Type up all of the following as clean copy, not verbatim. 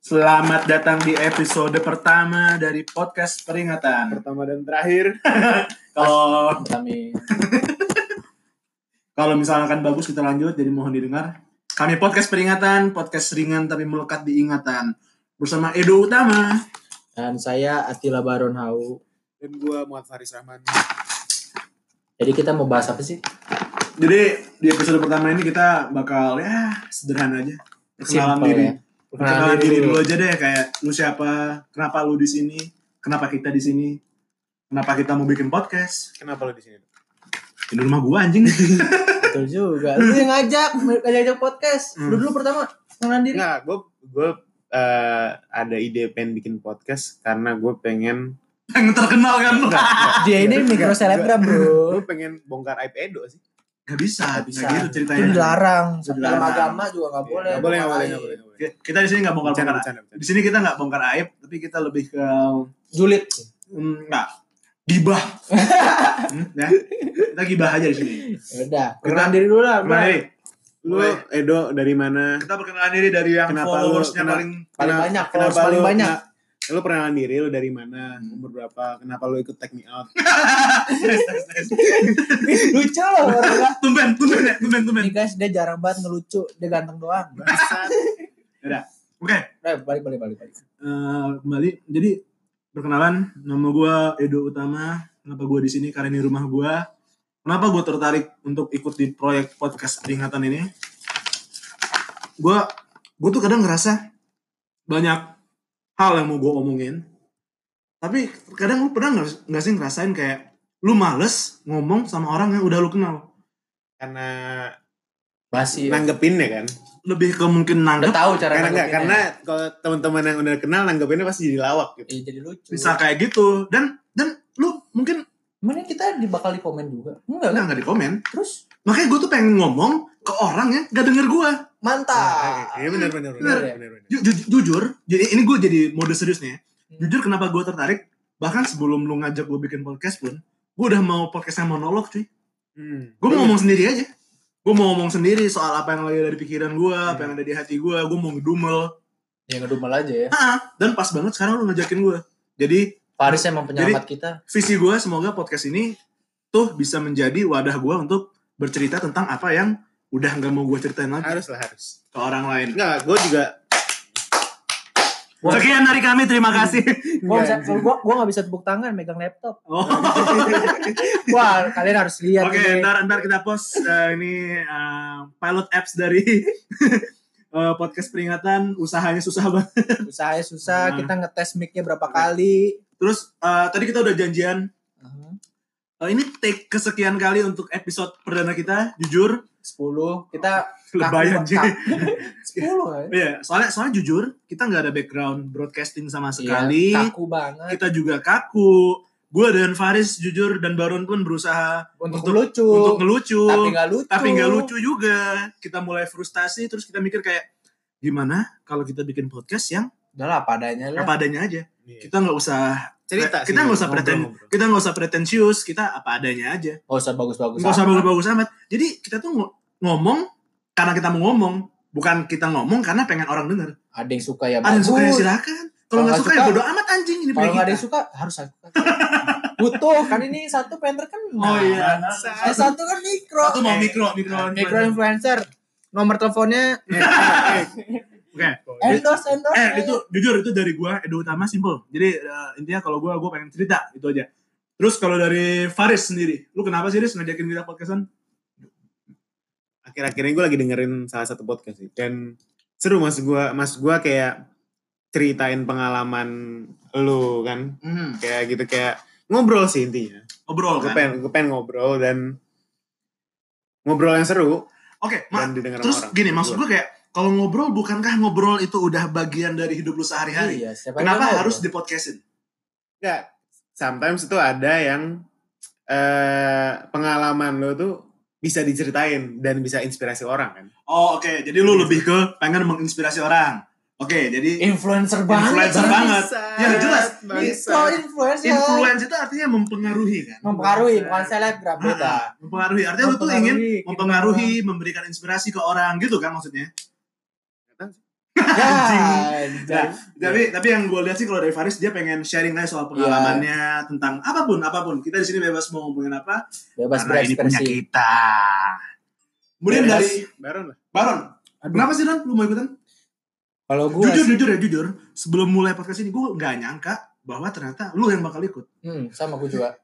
Selamat datang di episode pertama dari podcast peringatan. Pertama dan terakhir. Kalau misalkan bagus kita lanjut, jadi mohon didengar. Kami podcast peringatan, podcast ringan tapi melekat di ingatan. Bersama Edo Utama. Dan saya Attila Baron Hau. Dan gue Muhammad Faris Rahman. Jadi kita mau bahas apa sih? Jadi di episode pertama ini kita bakal sederhana aja. Perkenalan Simple, diri. ya. Perkenalan diri dulu aja deh, kayak lu siapa, kenapa lu di sini, kenapa kita di sini, kenapa kita mau bikin podcast. Kenapa lo di sini? Di rumah gua anjing. Betul juga. Lu yang ngajak podcast. Lu dulu pertama kenalan diri. Nggak, gue ada ide pengen bikin podcast karena gue pengen Terkenal kan lu. Dia ini mikro selebgram, Bro. Gue pengen bongkar aib Edo sih. Gak bisa. Bisa. Gitu ceritanya. Itu dilarang. Dilarang. Dalam agama juga enggak boleh. Nggak boleh. Kita di sini nggak bongkar Bercanda. Di sini kita nggak bongkar aib, tapi kita lebih ke Julid. nggak gibah. Ya, kita gibah aja di sini. Udah, kenalan diri dulu lah, Bro. Mari, Lu Edo dari mana? kita perkenalan diri dari yang Kenapa followersnya lu- paling Paling banyak, Kenapa paling lu- banyak. Lu perkenalan diri, lu dari mana? Umur berapa? Kenapa lu ikut Take Me Out? Lucu loh orangnya. tumben. Nih guys, dia jarang banget ngelucu. Dia ganteng doang. Bangsat. Udah. Oke. Balik. Kembali. Jadi perkenalan, nama gue Edo Utama. Kenapa gue di sini? Karena ini rumah gue. Kenapa gue tertarik untuk ikut di proyek podcast peringatan ini? Gue tuh kadang ngerasa banyak hal yang mau gue omongin. Tapi kadang lu pernah nggak sih ngerasain kayak lu males ngomong sama orang yang udah lu kenal? Karena Basi. nanggepinnya kan. Lebih ke mungkin Udah nanggep. tahu cara Karena nanggepinnya. kalau teman-teman yang udah kenal nanggepinnya pasti jadi lawak gitu. Iya, jadi lucu. Bisa kayak gitu. Dan lu mungkin Mana kita bakal di komen juga? Enggak kan? nggak di komen. Terus Makanya gue tuh pengen ngomong ke orang yang gak denger gue. mantap. Iya benar. Jujur, jadi ini gue jadi mode serius nih ya. Jujur kenapa gue tertarik, bahkan sebelum lu ngajak gue bikin podcast pun, gue udah mau podcast yang monolog cuy. Gue mau ngomong sendiri aja. Gue mau ngomong sendiri soal apa yang lagi ada di pikiran gue, apa yang ada di hati gue mau ngedumel. Ya ngedumel aja ya. Dan pas banget sekarang lu ngajakin gue. Jadi Faris emang penyelamat kita. visi gue semoga podcast ini tuh bisa menjadi wadah gue untuk bercerita tentang apa yang udah gak mau gue ceritain lagi Harus. ke orang lain. Enggak, gue juga Sekian dari kami, terima kasih. Gua nggak bisa tepuk tangan megang laptop. Oh. Wah, kalian harus lihat. Oke, ini. ntar kita post ini pilot apps dari podcast peringatan. Usahanya susah banget. Usahanya susah, Nah. kita ngetes mic-nya berapa kali. Terus tadi kita udah janjian. Ini take kesekian kali untuk episode perdana kita. Jujur 10. Kita lebay anjing. 10 kan? Iya, soalnya jujur kita nggak ada background broadcasting sama sekali. Iya, kaku banget. Kita juga kaku. Gue dan Faris jujur dan Baron pun berusaha Untuk ngelucu. Tapi nggak lucu. juga. Kita mulai frustasi, terus kita mikir kayak gimana kalau kita bikin podcast yang Udah lah, apa adanya lah. apa adanya aja. Iya. Kita nggak usah cerita kita nggak usah ngobrol. kita nggak usah pretensius, kita apa adanya aja. Nggak usah bagus-bagus. Nggak usah amat. bagus-bagus amat. Jadi kita tuh ngomong karena kita mau ngomong, bukan kita ngomong karena pengen orang denger. Ada yang suka ya Ada yang bagus. suka ya silakan. Kalau nggak suka ya bodo amat anjing, ini Kalau punya nggak ada kita. yang suka, harus aku. Butuh, kan ini satu pengen terkenal. Oh iya. Satu kan mikro. Satu mau mikro Mikro influencer. Nomor teleponnya Oke. endorse. Itu jujur itu dari gua Edo Utama simple. Jadi intinya kalau gua pengen cerita itu aja. Terus kalau dari Faris sendiri, lu kenapa sih Riz ngajakin kita podcastan? Akhir-akhir ini gue lagi dengerin salah satu podcast sih. Dan seru mas gue kayak ceritain pengalaman lu kan. Kayak gitu, kayak ngobrol sih intinya. Ngobrol Gue kan. pengen ngobrol dan ngobrol yang seru. Oke, Dan didengar terus sama orang. gini maksud gua kayak kalau ngobrol bukankah ngobrol itu udah bagian dari hidup lu sehari-hari? Iya, siapa Kenapa yang harus ngobrol? di-podcastin? Enggak, sometimes itu ada yang pengalaman lo tuh bisa diceritain dan bisa inspirasi orang kan. Oh, oke. Jadi lu lebih ke pengen menginspirasi orang. Oke, jadi Influencer banget. Influencer banget. Ya, jelas. Mikro influencer. influence itu artinya mempengaruhi kan? Mempengaruhi, bukan selebgram beda. Mempengaruhi. Artinya lu tuh ingin mempengaruhi, memberikan inspirasi ke orang gitu kan maksudnya? Ya, tapi yang gue lihat sih kalau dari Faris dia pengen sharing aja soal pengalamannya tentang apapun. Kita di sini bebas mau ngomongin apa. Bebas karena ini punya kita. Kemudian dari Baron. Kenapa sih Don? Lu mau ikutan? Kalau gue jujur, sebelum mulai podcast ini gue nggak nyangka bahwa ternyata lu yang bakal ikut. Sama gue juga.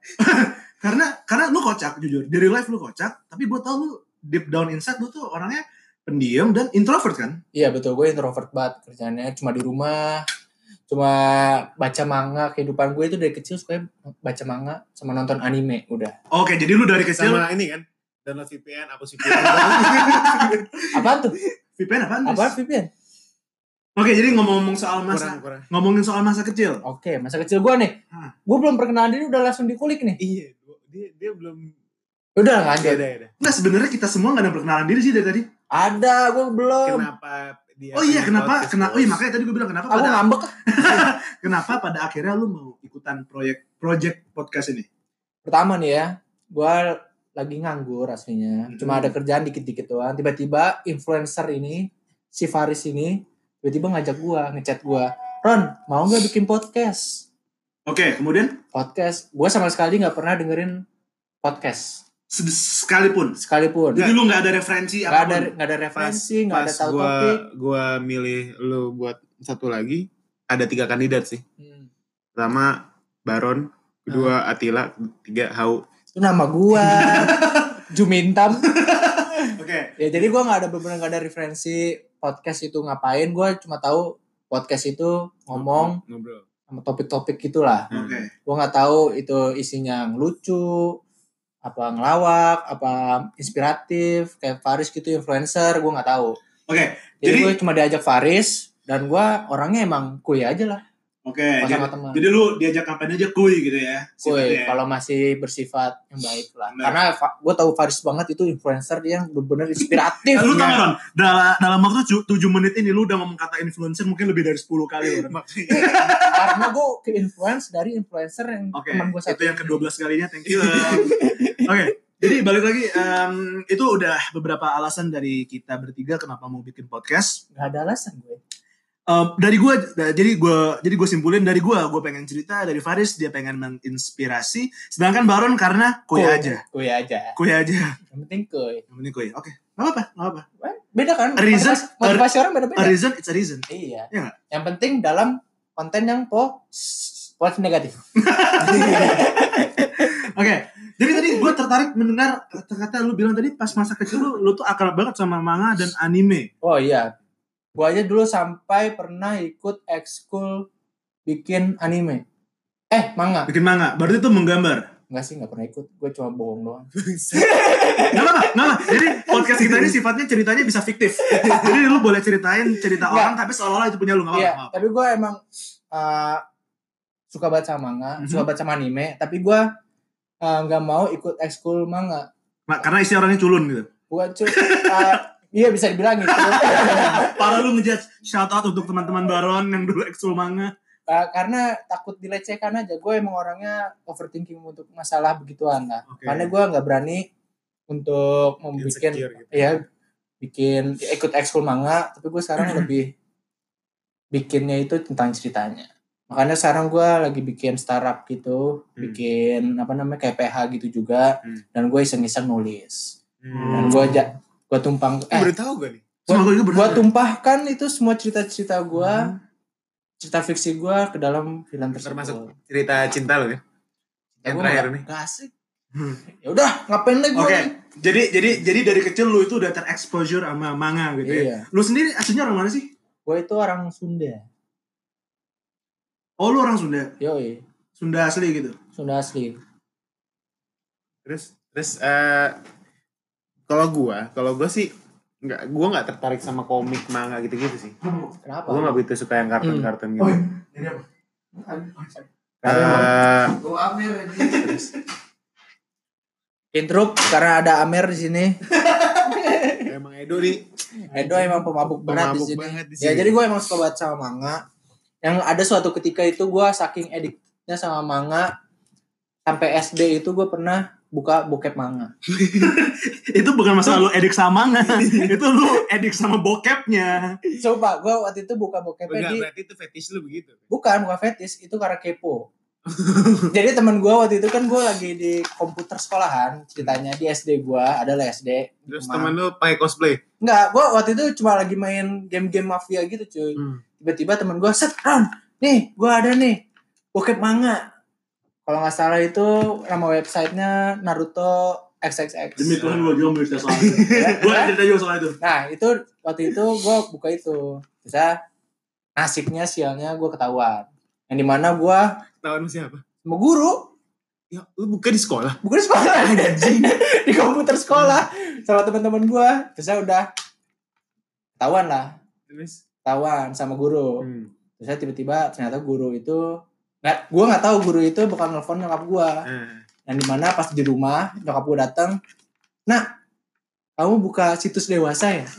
karena lu kocak, jujur. Dari live lu kocak, tapi gue tau lu deep down inside lu tuh orangnya pendiam dan introvert kan? Iya betul, gue introvert banget kerjaannya, cuma di rumah, cuma baca manga. Kehidupan gue itu dari kecil suka baca manga sama nonton anime, udah. Oke, jadi lu dari kecil sama ini kan? Download VPN, hapus VPN. Apaan tuh? VPN apaan? Apaan VPN? Oke, jadi ngomongin soal masa kecil. Oke, masa kecil gue nih. Gue belum perkenalan diri udah langsung dikulik nih. Iya, dia belum. Udah lanjut. Nah, sebenarnya kita semua gak ada perkenalan diri sih dari tadi. Ada, gue belum. Kenapa dia? Oh iya, kenapa? Oh iya, makanya tadi gue bilang kenapa? Aku ngambek. Kenapa pada akhirnya lu mau ikutan project podcast ini? Pertama nih ya, gue lagi nganggur aslinya. Cuma ada kerjaan dikit-dikit doang. Tiba-tiba influencer ini, si Faris ini, tiba-tiba ngajak gue, ngechat gue. Ron, mau gak bikin podcast? Oke, kemudian? Podcast. Gue sama sekali gak pernah dengerin podcast. Sekalipun. Jadi lu gak ada referensi apapun? Gak ada referensi, gak ada tahu topik. Gue milih lu buat satu lagi. Ada 3 kandidat sih. Pertama, Baron. Kedua, Atila. 3, Hau. Itu nama gue. Jumintam. Oke. Ya jadi gue gak ada referensi podcast itu ngapain. Gue cuma tahu podcast itu ngobrol sama topik-topik gitulah. Gue gak tahu itu isinya lucu, apa ngelawak, apa inspiratif, kayak Faris gitu influencer, gue nggak tahu. Oke. Jadi gue cuma diajak Faris dan gue orangnya emang kuy aja lah. Oke. Jadi lu diajak kapan aja kuy gitu ya? Kuy, kalau masih bersifat yang baik lah. Karena gue tahu Faris banget itu influencer yang benar-benar inspiratif. Lu tahu kan? Dalam waktu 7 menit ini lu udah ngomong kata influencer mungkin lebih dari 10 kali loh. Karena gue ke-influence dari influencer yang teman gue satu. Itu yang ke-12 kalinya, thank you. Oke, jadi balik lagi, itu udah beberapa alasan dari kita bertiga kenapa mau bikin podcast. Gak ada alasan gue. Jadi gue simpulin dari gue pengen cerita, dari Faris dia pengen menginspirasi, sedangkan Baron karena kuy aja. Yang penting kuy. Oke, nggak apa. Beda kan? Motivasi orang beda-beda. A reason, it's a reason. Iya. Ya, yang penting dalam konten yang positif negatif. Oke. Jadi tadi gue tertarik mendengar kata-kata lu bilang tadi pas masa kecil lu tuh akrab banget sama manga dan anime. Oh iya. Gue aja dulu sampai pernah ikut ekskul bikin anime. Manga. Bikin manga. Berarti itu menggambar. Enggak sih, gak pernah ikut. Gue cuma bohong doang. Gak apa. Jadi podcast kita ini sifatnya ceritanya bisa fiktif. Jadi lu boleh cerita orang tapi seolah-olah itu punya lu. Gak apa-apa. Iya, tapi gue emang suka baca manga, suka baca anime. Tapi gue gak mau ikut ekskul manga. Karena isi orangnya culun gitu. Iya bisa dibilang gitu. Parah lu ngejudge. Shout out untuk teman-teman Baron yang dulu ekskul manga. Karena takut dilecehkan aja. Gue emang orangnya overthinking untuk masalah begituan lah. Karena gue gak berani untuk membuat ikut ekskul manga. Tapi gue sekarang lebih bikinnya itu tentang ceritanya. Makanya sekarang gue lagi bikin startup gitu, bikin kayak PH gitu juga, dan gue iseng-iseng nulis. Dan gue tumpang. Baru tahu gue nih. Gue tumpahkan itu semua cerita-cerita gue, cerita fiksi gue ke dalam film tersebut. Termasuk cerita cinta lo ya? Yang terakhir nih. Gak asik. Ya udah, ngapain lagi gue? Oke. Jadi dari kecil lu itu udah terexposure sama manga gitu ya. Lu sendiri aslinya orang mana sih? Gue itu orang Sunda. Oh, lu orang Sunda? Yoi. Sunda asli gitu? Sunda asli. Terus kalau gue sih gue nggak tertarik sama komik manga gitu-gitu sih. Kenapa? Gue nggak begitu suka yang kartun-kartun gitu. Jadi apa? Gue Amer intro karena ada Amer di sini. Emang Edo nih. Edo emang pemabuk berat di sini. Ya jadi gue emang suka baca manga. Yang ada suatu ketika itu gue saking ediknya sama manga sampai SD itu gue pernah buka bokep manga. Itu bukan masalah lu edik sama manga. Itu lu edik sama bokepnya. Coba gue waktu itu buka bokepnya berarti itu fetish lu begitu? Bukan fetish, itu karena kepo. Jadi teman gue waktu itu kan gue lagi di komputer sekolahan, ceritanya di SD gue, adalah SD. Terus teman lu pakai cosplay? Enggak, gue waktu itu cuma lagi main game-game mafia gitu cuy. Tiba-tiba teman gue, set Ron, nih gue ada nih bokep manga. Kalau nggak salah itu nama websitenya Naruto XXX. Demi Tuhan gue juga cerita soal itu. Gue cerita juga soal itu. Nah itu waktu itu gue buka itu, bisa nasibnya sialnya gue ketahuan. Yang dimana gue ketahuan siapa? Sama guru. Ya lu buka di sekolah? Bukan di sekolah, di komputer sekolah sama teman-teman gue. Terus udah ketahuan lah. Terus ketahuan sama guru. Terus tiba-tiba ternyata guru itu gue nggak tahu guru itu bakal nelfon nyokap gue. Yang dimana pas di rumah nyokap gue datang, nah kamu buka situs dewasa ya?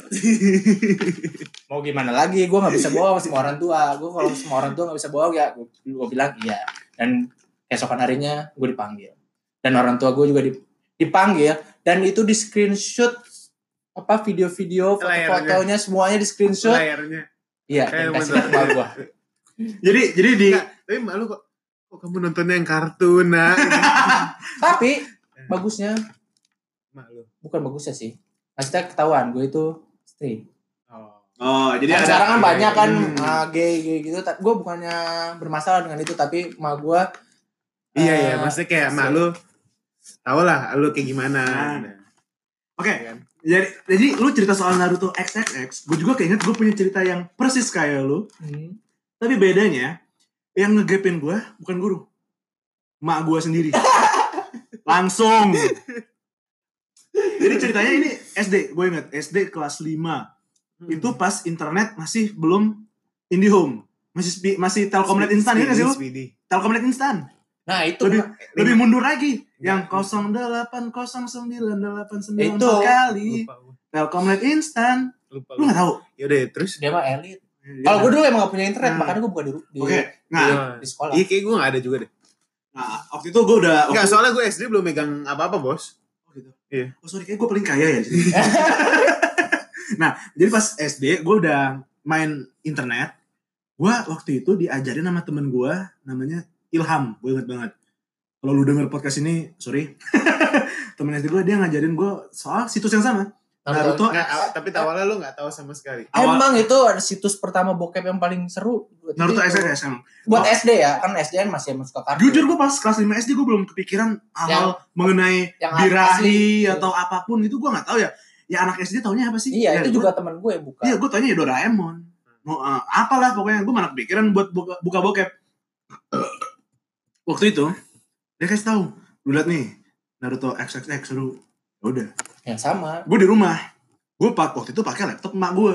Mau gimana lagi? Gue nggak bisa bohong sama orang tua. Gue kalau sama orang tua nggak bisa bohong ya. Gue bilang iya. Dan keesokan harinya gue dipanggil. Dan orang tua gue juga dipanggil. Dan itu di screenshot video-video, foto-fotonya semuanya di screenshot. Layarnya. Iya. Dan kasih ke emak gue. Jadi di tapi malu kok kamu nontonnya yang kartun nak. Tapi bagusnya malu. Bukan bagusnya sih. Maksudnya ketahuan gue itu straight. Jadi kan sekarang kan banyak kan gay gitu. Gue bukannya bermasalah dengan itu, tapi emak gue iya maksudnya kayak malu tau lah lu kayak gimana. Oke. Jadi lu cerita soal Naruto XXX, gue juga keinget gue punya cerita yang persis kayak lu. Tapi bedanya, yang ngegepin gue bukan guru. Mak gue sendiri. Langsung. Jadi ceritanya ini SD, gue inget. SD kelas 5. Itu pas internet masih belum IndiHome. Masih Telkomnet instan, ya gak sih lu? Telkomnet instan. Nah itu. Lebih mundur lagi. Yang 0809899 itu kali. Telkomnet instan. Lu gak tahu? Yaudah terus. Dia mah elit. Kalau gue dulu emang gak punya internet, makanya gue buka di sekolah. Iya kayak gue gak ada juga deh. Nah waktu itu gue udah enggak, soalnya gue SD belum megang apa-apa bos. Oh gitu. Iya. Oh sorry, kayak gue paling kaya ya. Nah jadi pas SD gue udah main internet. Gue waktu itu diajarin sama temen gue, namanya Ilham. Gue inget banget. Kalau lu denger podcast ini, sorry. Temen SD gue, dia ngajarin gue soal situs yang sama. Naruto. Tapi awalnya lu gak tahu sama sekali. Emang itu ada situs pertama bokep yang paling seru. Naruto XXX emang. Buat SD ya, kan SD kan masih suka kartun. Jujur gue pas kelas 5 SD gue belum kepikiran hal mengenai birahi atau apapun. Itu gue gak tahu ya. Ya anak SD taunya apa sih? Iya, itu juga temen gue yang buka. Iya, gue taunya ya Doraemon. Mau apalah pokoknya, gue mana kepikiran buat buka bokep. Waktu itu dia kasih tahu, lu lihat nih Naruto XXX seru. Udah. Yang sama. Gue di rumah. Gue waktu itu pakai laptop emak gue.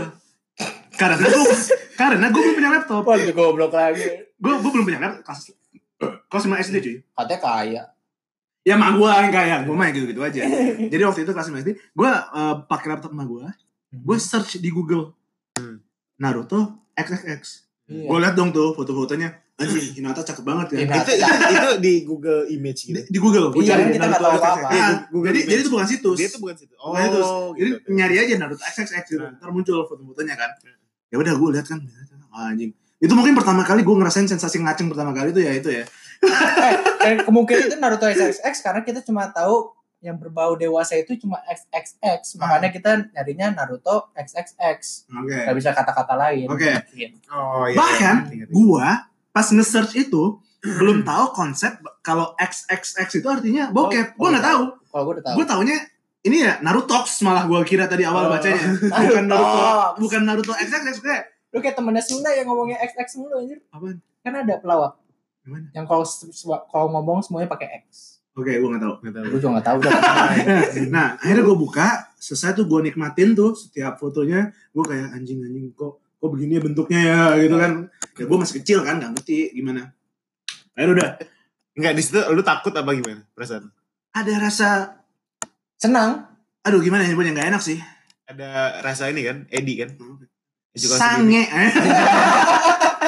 Karena gue belum punya laptop. Wah, goblok lagi. Gue belum punya laptop kelas 5 SD cuy. Katanya kaya. Ya emak gue yang kaya, gue mah gitu-gitu aja. Jadi waktu itu kelas 5 SD, gue pakai laptop emak gue. Gue search di Google Naruto XXX. Gue liat dong tuh foto-fotonya. Anjing, Hinata cakep banget kan. Itu di Google Image gitu. Di Google. Iya, kita nggak tahu apa-apa. Jadi itu bukan situs. Dia itu bukan situs. Oh, jadi nyari aja Naruto XXX gitu. Ntar muncul foto-fotonya kan. Ya udah gue lihat kan. Anjing. Itu mungkin pertama kali gue ngerasain sensasi ngaceng pertama kali itu ya. Kemungkinan itu Naruto XXX karena kita cuma tahu yang berbau dewasa itu cuma XXX. Makanya kita nyarinya Naruto XXX. Gak bisa kata-kata lain. Oh, iya. Bahkan gue pas nge-search itu belum tahu konsep kalau XXX itu artinya bokep. Gue nggak tahu. Kalau gue udah tahu. Gue taunya ini ya Narutox malah gue kira tadi awal bacanya. Bukan Naruto XXX kayak. Lu kayak temennya Sunda yang ngomongnya XX mulu anjir. Apaan? Kan ada pelawak. Gimana? Yang kalau ngomong semuanya pakai X. Oke, gue nggak tahu. Gue juga nggak tahu. Nah, akhirnya gue buka, selesai tuh gue nikmatin tuh setiap fotonya. Gue kayak anjing kok begini bentuknya ya gitu kan. Ya gue masih kecil kan, nggak ngerti gimana. Akhirnya udah. Enggak, di situ lu takut apa gimana perasaan? Ada rasa senang. Aduh gimana nyebutnya, nggak enak sih. Ada rasa ini kan, Edi kan. Sange.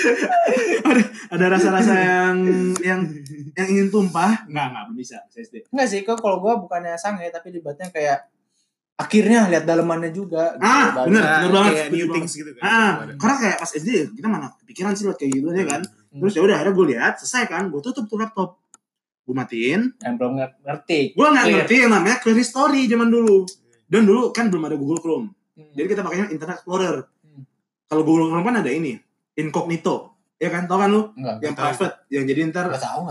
ada rasa-rasa yang ingin tumpah. Enggak bisa SD. Enggak sih, kok kalau gue bukannya sange tapi dibatnya kayak akhirnya lihat dalemannya juga. Bener banget. Kayak new things gitu kan. Karena kayak pas SD kita mana kepikiran sih lihat kayak gitu aja kan. Terus ya udah akhirnya gue lihat selesai kan, gue tutup tuh laptop, gue matiin. Yang belum ngerti. Gue nggak ngerti yang namanya Clear History zaman dulu. Dan dulu kan belum ada Google Chrome, jadi kita pakainya Internet Explorer. Kalau Google Chrome kan ada ini incognito, ya kan, tau kan lu? Yang private, yang jadi ntar. Nggak tahu.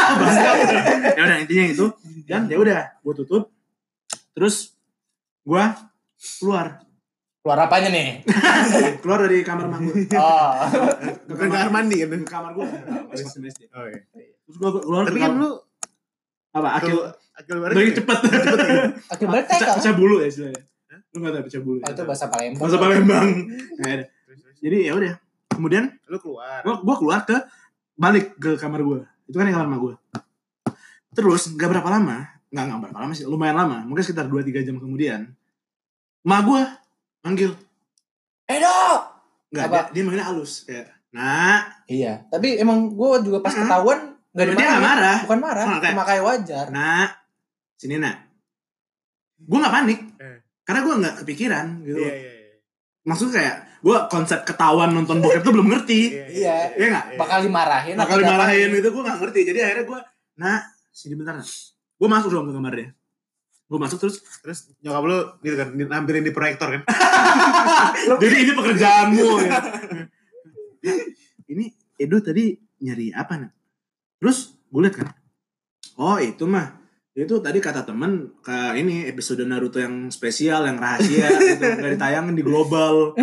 Ya udah intinya itu. Dan ya udah, gue tutup. Terus gue keluar. Keluar apanya nih? Keluar dari kamar mak gue. Bukan kamar mandi kan? Kamar gue. Oh iya. Terus gue keluar. Tapi kan lu apa? Akil balik lagi cepet. Akil balik TK. Pecah bulu ya istilahnya. Lu nggak tahu pecah bulu. Itu bahasa Palembang. Bahasa Palembang. Jadi ya udah. Kemudian lu keluar. Gue keluar balik ke kamar gue. Itu kan yang kamar mak gue. Terus nggak berapa lama, nggak berapa lama sih, lumayan lama, mungkin sekitar 2-3 jam kemudian, mak gue manggil, Edo! Nggak, dia manggilnya halus, kayak, nak. Iya, tapi emang gue juga pas ketahuan nggak dimarahin. Dia nggak marah. Bukan marah, cuma kayak wajar. Nak, sini nak. Gue nggak panik, karena gue nggak kepikiran gitu. Iya. Maksudnya kayak, gue konsep ketahuan nonton bokep tuh belum ngerti. Iya nggak? Bakal dimarahin itu gue nggak ngerti. Jadi akhirnya gue, nak, sini bentar nak. Gue masuk dong ke kamarnya. Gue masuk terus nyokap lu gitu kan nampilin di proyektor kan. Jadi ini pekerjaanmu ya. Ini Edo tadi nyari apa nak? Terus gue liat kan, oh itu mah itu tadi kata temen ke ini episode Naruto yang spesial, yang rahasia gitu, gak ditayangin di global.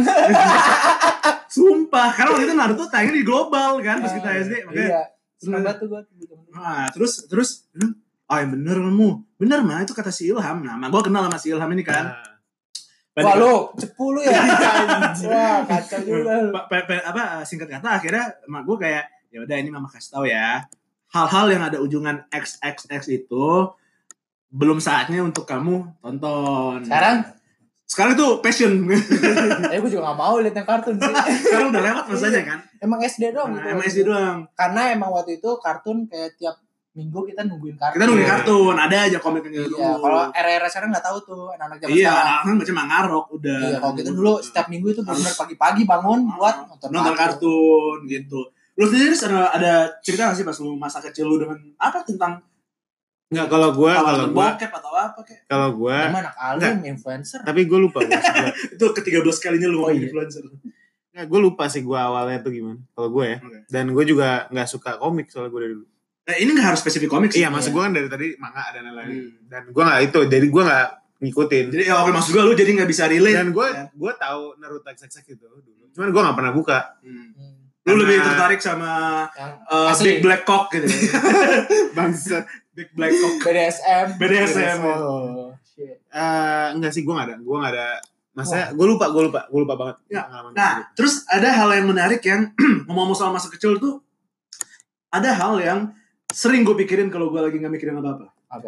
Sumpah, karena waktu itu Naruto tayangin di global kan pas kita SD. Makanya, iya, senang banget tuh gue. Nah, terus yang bener kamu. Bener mah, itu kata si Ilham. Nah, gue kenal sama si Ilham ini kan. Wah lu, cepu lu ya. Wah, kacau juga. Singkat kata akhirnya emak gue kayak, ya udah ini mama kasih tahu ya. Hal-hal yang ada ujungan XXX itu belum saatnya untuk kamu tonton. Sekarang itu passion. Gue juga gak mau liat yang kartun sih. Sekarang udah lewat masanya kan. Emang SD doang gitu. Emang SD doang. Karena emang waktu itu kartun kayak tiap minggu kita nungguin kartun. Kita nungguin kartun, ada aja komiknya dulu. Iya, kalau era-era sekarang gak tahu tuh anak-anak zaman sekarang. sekarang. Iya, kan baca Mangarok udah. Iya, kalau gitu dulu setiap minggu itu benar pagi-pagi bangun buat nonton kartun gitu. Lu sendiri ada cerita gak sih pas lu masa kecil lu dengan apa tentang Enggak, kalau gue bokep atau apa kayak. Kalau gue anak alim influencer. Tapi gue lupa itu ke-13 kalinya lu ngomong influencer. Nggak, gue lupa sih gue awalnya tuh gimana. Kalau gue ya. Okay. Dan gue juga nggak suka komik soalnya gue dari dulu. Ini nggak harus spesifik komik sih. Iya, maksud gue kan dari tadi manga dan lain-lain. Dan gue nggak itu, jadi gue nggak ngikutin. Jadi oke, maksud gue lu jadi nggak bisa relate. Dan gue tahu Naruto XXX itu dulu. Cuman gue nggak pernah buka. Lu lebih tertarik sama Big Black Cock gitu. Bangsat. Big Black Cock. BDSM. Oh, shit. Enggak sih, gue nggak ada. Masa gue lupa banget. Ya. Nah, terus ada hal yang menarik yang ngomong soal masa kecil tuh, ada hal yang sering gue pikirin kalau gue lagi nggak mikirin apa-apa. Apa?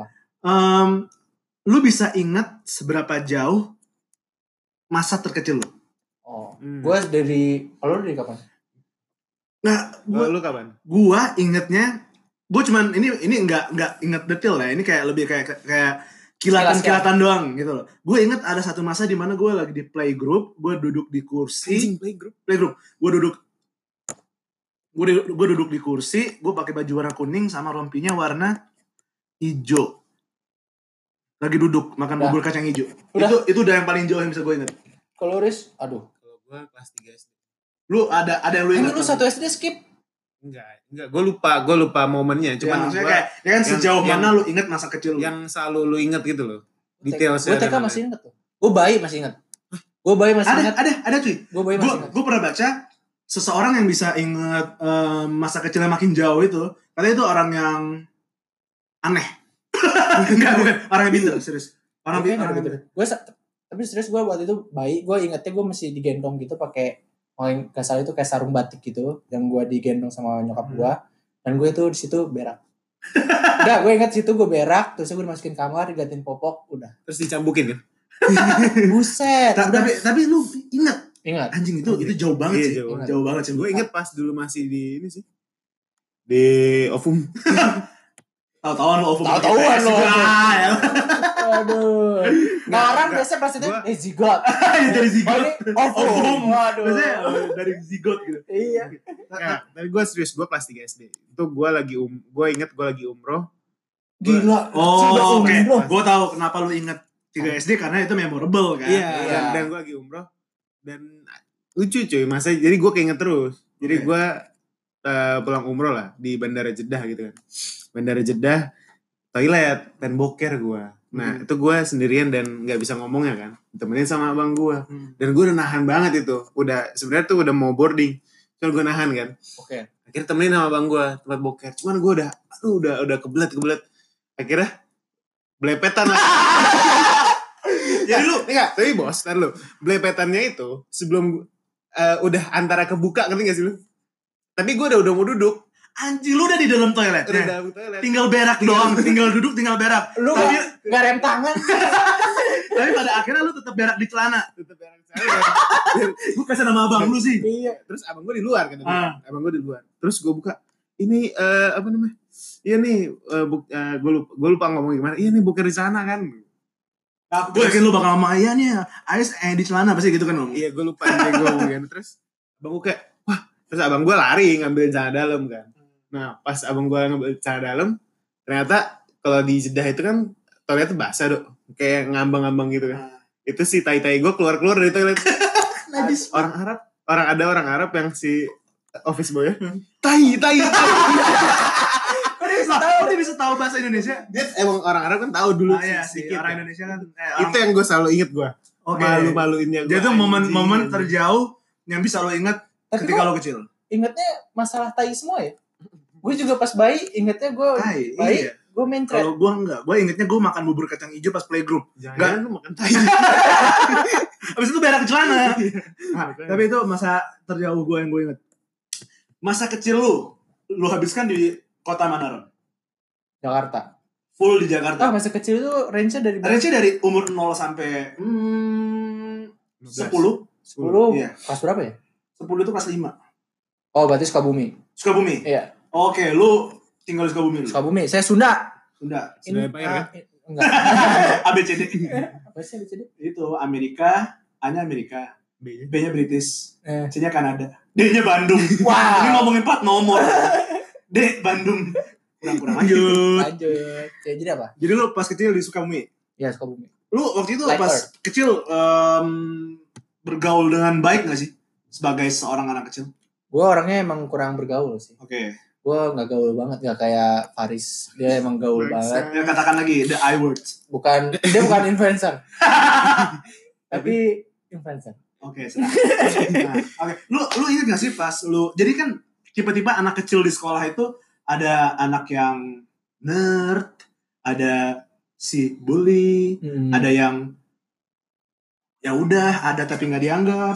Lu bisa ingat seberapa jauh masa terkecil lu? Oh, gue dari kapan? Nah, lu kapan? Gue ingetnya, gue cuman ini nggak inget detail ya. Ini kayak lebih kayak kilatan doang gitu loh. Gue inget ada satu masa di mana gue lagi di playgroup, gue duduk di kursi. Playgroup. Gue duduk di kursi, gue pakai baju warna kuning sama rompinya warna hijau. Lagi duduk makan bubur kacang hijau. Itu udah yang paling jauh yang bisa gue inget. Kalau Riz, aduh. Kalau gue kelas 3 SD. Lu ada yang lu inget? Lu 1 SD skip? Enggak, gue lupa momennya. Cuman ya, kayak ya kan sejauh mana lu inget masa kecil lu? Yang selalu lu inget gitu loh. Detailnya. Gue TK masih inget tuh. Gue bayi masih inget. Ada cuy. Gue bayi masih inget. Gue pernah baca seseorang yang bisa inget masa kecilnya makin jauh itu, katanya itu orang yang aneh. Enggak, bukan orang yang pintar, serius. Orang pintar. Tapi serius gue waktu itu bayi, gue ingetnya gue masih digendong gitu pakai, kalau nggak salah itu kayak sarung batik gitu, yang gue digendong sama nyokap gue, dan gue itu di situ berak. Udah, gue inget situ gue berak, terus gue dimasukin kamar, digantiin popok, udah. Terus dicambukin kan? Buset. Tapi lu inget Ingat. Anjing itu jauh banget sih. Jauh banget sih. Gue inget pas dulu masih di ini sih. Di Ovum. Tahu-tahuan lo Ovum. Tahu-tahuan lo. Aduh. Orang biasa pastinya zigot. Dari zigot. Ovum. Waduh. Biasanya dari zigot gitu. Iya. Nah, tapi gue serius, gue kelas 3 SD. Itu gue inget gue lagi umroh. Gila. Oh, oke. Gue tahu kenapa lu inget 3 SD karena itu memorable kan. Iya. Dan gue lagi umroh. Dan lucu cuy, jadi gue keinget terus. Jadi gue pulang umroh lah di Bandara Jeddah gitu kan. Bandara Jeddah, toilet, dan boker gue. Nah itu gue sendirian dan gak bisa ngomongnya kan. Ditemenin sama abang gue. Dan gue udah nahan banget itu. Sebenarnya tuh udah mau boarding. Cuman gue nahan kan. Oke. Akhirnya temenin sama abang gue tempat boker. Cuman gue udah kebelet. Akhirnya belepetan lah. Jadi tapi bos, lu belepetannya itu sebelum udah antara kebuka, ngerti gak sih lu? Tapi gue udah mau duduk. Anjing, lu udah di dalam toilet. Udah dalam toilet. Tinggal berak doang, tinggal duduk, tinggal berak. Lu gak rem tangan. Tapi pada akhirnya lu tetap berak di celana. Tetap berak di celana. Gue kasih nama abang lu sih. Iya. Terus abang gue di luar kan. Abang gue di luar. Terus gue buka. Ini apa namanya? Iya nih, gue lupa ngomong gimana. Iya nih boker di sana kan. Gue yakin lu bakal sama ayah nih. Ayah di celana pasti gitu kan. Iya, gue lupa nih gue ngomongin. Terus abang gue kayak, wah. Terus abang gue lari ngambilin celana dalam kan. Nah pas abang gue ngambil celana dalam, ternyata kalau di Jeddah itu kan toiletnya basah dok. Kayak ngambang-ngambang gitu kan. Itu si tai-tai gue keluar dari toilet. Ada orang Arab yang si office boy ya. Tai. Kok dia bisa tahu bahasa Indonesia? Dia emang orang Arab kan tahu dulu sih. Orang Indonesia kan. Itu yang gue selalu inget gue. Malu-maluinnya gue. Jadi itu momen terjauh yang bisa lo inget ketika lo kecil. Ingetnya masalah tai semua ya? Gue juga pas bayi ingetnya gue bayi. Iya. Gue main thread. Kalau gue enggak. Gue ingetnya gue makan bubur kacang hijau pas playgroup. Jangan lu makan tai. Abis itu berak celana. Tapi itu masa terjauh gue yang gue inget. Masa kecil lu habiskan di kota mana, Ron? Jakarta. Full di Jakarta. Masa kecil itu range-nya dari berapa? Range-nya dari umur 0 sampai 10. 10. Iya. Kelas berapa ya? 10 itu kelas 5. Oh, berarti Sukabumi. Sukabumi? Iya. Oke, lu tinggal di Sukabumi lu? Sukabumi. Saya Sunda. Sudah bayar kan? Enggak. ABCD. Apa sih ABCD? Itu Amerika, A-nya Amerika, B-nya British, C-nya Kanada, D-nya Bandung. Wow. Ini ngomongin plat nomor. D, Bandung. Kurang lanjut. Jadi apa? Jadi lu pas kecil di Sukabumi? Ya, Sukabumi. Lu waktu itu pas kecil bergaul dengan baik gak sih? Sebagai seorang anak kecil? Gue orangnya emang kurang bergaul sih. Oke. Gue gak gaul banget, gak kayak Faris. Dia emang gaul banget. Ya, katakan lagi, the I words. Dia bukan influencer. Tapi influencer. Oke, oke. Lu ingat gak sih pas lu, jadi kan tipe-tipe anak kecil di sekolah itu ada anak yang nerd, ada si bully, ada yang ya udah, ada tapi nggak dianggap.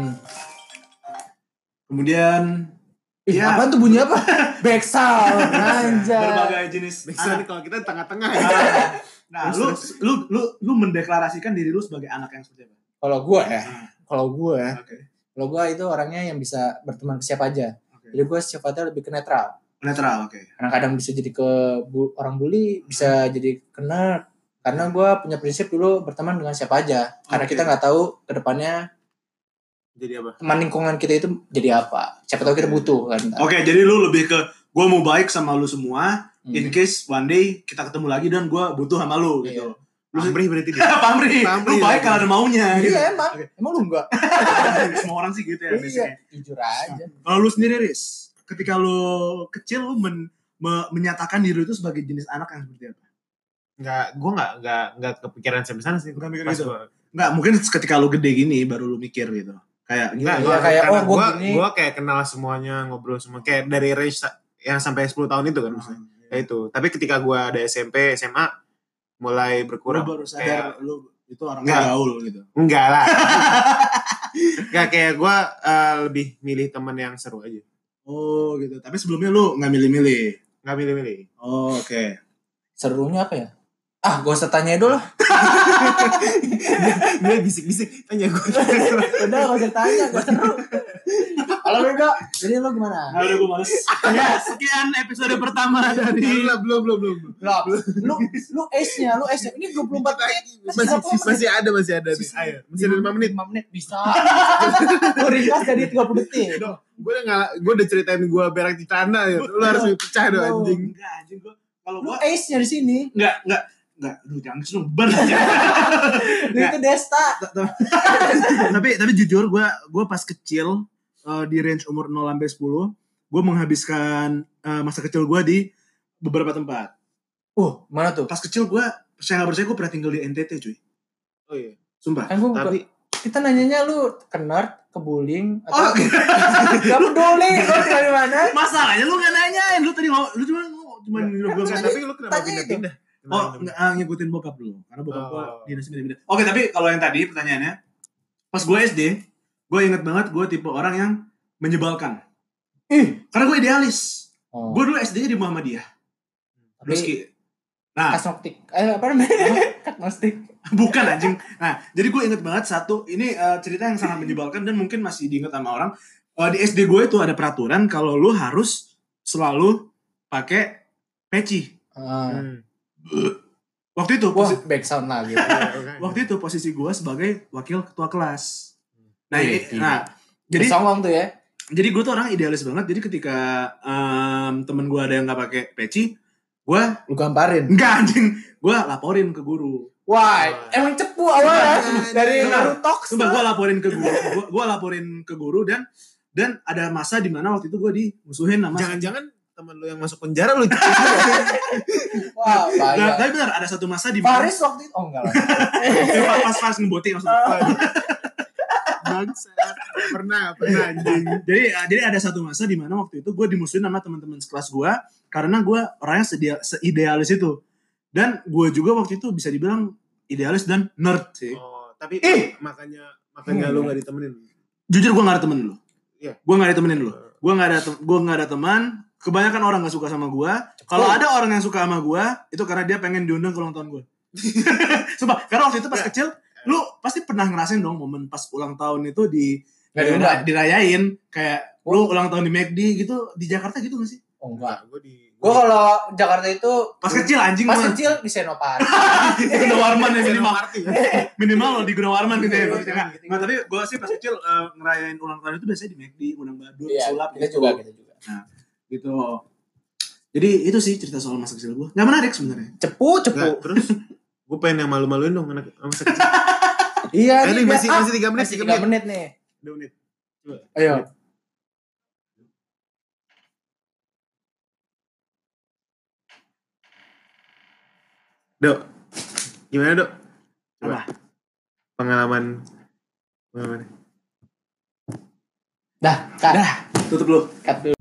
Kemudian ya, apa tuh bunyi apa? Backsal, anjay. Berbagai jenis. Backsal kalau kita tengah-tengah. Nah, lu mendeklarasikan diri lu sebagai anak yang seperti apa? Kalau gue itu orangnya yang bisa berteman ke siapa aja. Jadi gue sifatnya lebih ke netral. Netral, oke. Kadang-kadang bisa jadi ke orang bully, bisa jadi ke nerd. Karena gue punya prinsip dulu berteman dengan siapa aja. Karena kita nggak tahu ke depannya jadi apa? Teman lingkungan kita itu jadi apa. Siapa tahu kita butuh kan. Oke, jadi lu lebih ke gue mau baik sama lu semua. In case one day kita ketemu lagi dan gue butuh sama lu gitu. Pamrih berarti dia. Pamrih. Lu baik kalau ada maunya. Iya emang. Emang lu enggak? Semua orang sih gitu ya. Iya. Jujur aja. Kalau lu sendiri, Riz, ketika lu kecil lu menyatakan diri lu itu sebagai jenis anak yang seperti apa? Gue nggak kepikiran sampai sana sih. Bukan mikir gitu. Nggak, mungkin ketika lu gede gini baru lu mikir gitu. Kayak kayak gue kayak kenal semuanya, ngobrol semua kayak dari range yang sampai 10 tahun itu kan maksudnya. Kayak itu. Tapi ketika gue ada SMP, SMA mulai berkurang. Lu baru sadar lu itu orang gaul gitu. Enggak lah. Enggak, kayak gue lebih milih teman yang seru aja. Oh gitu. Tapi sebelumnya lu nggak milih-milih. Nggak milih-milih. Oh, oke. Serunya apa ya? Ah, gak usah tanya dulu. Dia bisik-bisik tanya gue. Udah gak usah tanya, gak seru. Halo Rido, jadi lu gimana? Halo, gue males. Ya, sekian episode pertama dari Belum. Lu S-nya. Ini 24 menit. Masih ada nih. Ayo, masih ada 5 menit. 5 menit bisa. Lu ringkas jadi 30 detik. Gue udah ceritain gue berak di tanah ya. Lu harus pecah dong anjing. Enggak anjing gue. Kalau Lu gue S-nya di sini. enggak. Lu jangan seneng ban aja. Lu itu Desta. Tapi jujur gue pas kecil di range umur 0 sampai 10, gue menghabiskan masa kecil gue di beberapa tempat. Mana tuh? Pas kecil gue percaya nggak percaya gue pernah tinggal di NTT cuy. Oh iya. Sumpah. Kan Tapi kita nanyanya lu ke nerd, ke bullying atau gak peduli lu tinggal di mana? Masalahnya lu nggak nanyain, lu tadi lu cuma bilang tapi lu kenapa pindah-pindah? Ngikutin bokap dulu karena bokap gue dinas pindah-pindah. Oke, tapi kalau yang tadi pertanyaannya, pas gue SD, gue inget banget gue tipe orang yang menyebalkan. Karena gue idealis. Gue dulu SD-nya di Muhammadiyah. Tapi Kasnoktik. Apa namanya? Kasnoktik. Bukan anjing. Nah, jadi gue inget banget satu, ini cerita yang sangat menyebalkan dan mungkin masih diinget sama orang. Di SD gue itu ada peraturan kalau lu harus selalu pakai peci. Waktu itu back sound lagi. Waktu itu posisi gue sebagai wakil ketua kelas. Jadi songong tuh ya. Jadi gue tuh orang idealis banget. Jadi ketika temen gue ada yang nggak pakai peci, lu gamparin. Enggak anjing, gue laporin ke guru. Wah, emang cepu awalnya dari Naruto. Sumpah gue laporin ke guru. Gue laporin ke guru dan ada masa di mana waktu itu gue dimusuhin sama. Jangan-jangan teman lu yang masuk penjara lu. Wah, bahaya. Tapi benar ada satu masa di mana Faris waktu itu enggak lah. pas Faris ngeboti maksudnya. Pernah anjing. Jadi ada satu masa di mana waktu itu gue dimusuhin sama teman-teman sekelas gue karena gue orangnya seidealis itu. Dan gue juga waktu itu bisa dibilang idealis dan nerd sih. Tapi makanya lu enggak ditemenin. Jujur gue enggak ada temen dulu. Iya. Gue enggak ada temenin dulu. Gue enggak ada teman. Kebanyakan orang enggak suka sama gue. Kalau ada orang yang suka sama gue, itu karena dia pengen diundang ke ulang tahun gue. Sumpah, karena waktu itu pas kecil lu pasti pernah ngerasain dong momen pas ulang tahun itu dirayain kayak lu ulang tahun di McD gitu. Di Jakarta gitu gak sih? Enggak. Gue kalau Jakarta itu pas kecil anjing. Pas kecil di Senopati. Di Gunawarman ya minimal lo di Gunawarman gitu ya. Nah, tapi gue sih pas kecil ngerayain ulang tahun itu biasanya di McD, undang badut, sulap gitu. Kita juga. Nah, gitu. Jadi itu sih cerita soal masa kecil gue. Gak menarik sebenarnya. Cepu. Terus gue pengen yang malu-maluin dong anak masa kecil. Iya, ini masih 3 menit. Masih 3 menit nih. 2 menit. Coba. Ayo. Dok. Gimana, Dok? Coba. Pengalaman. Dah, tutup lu. Cut dulu.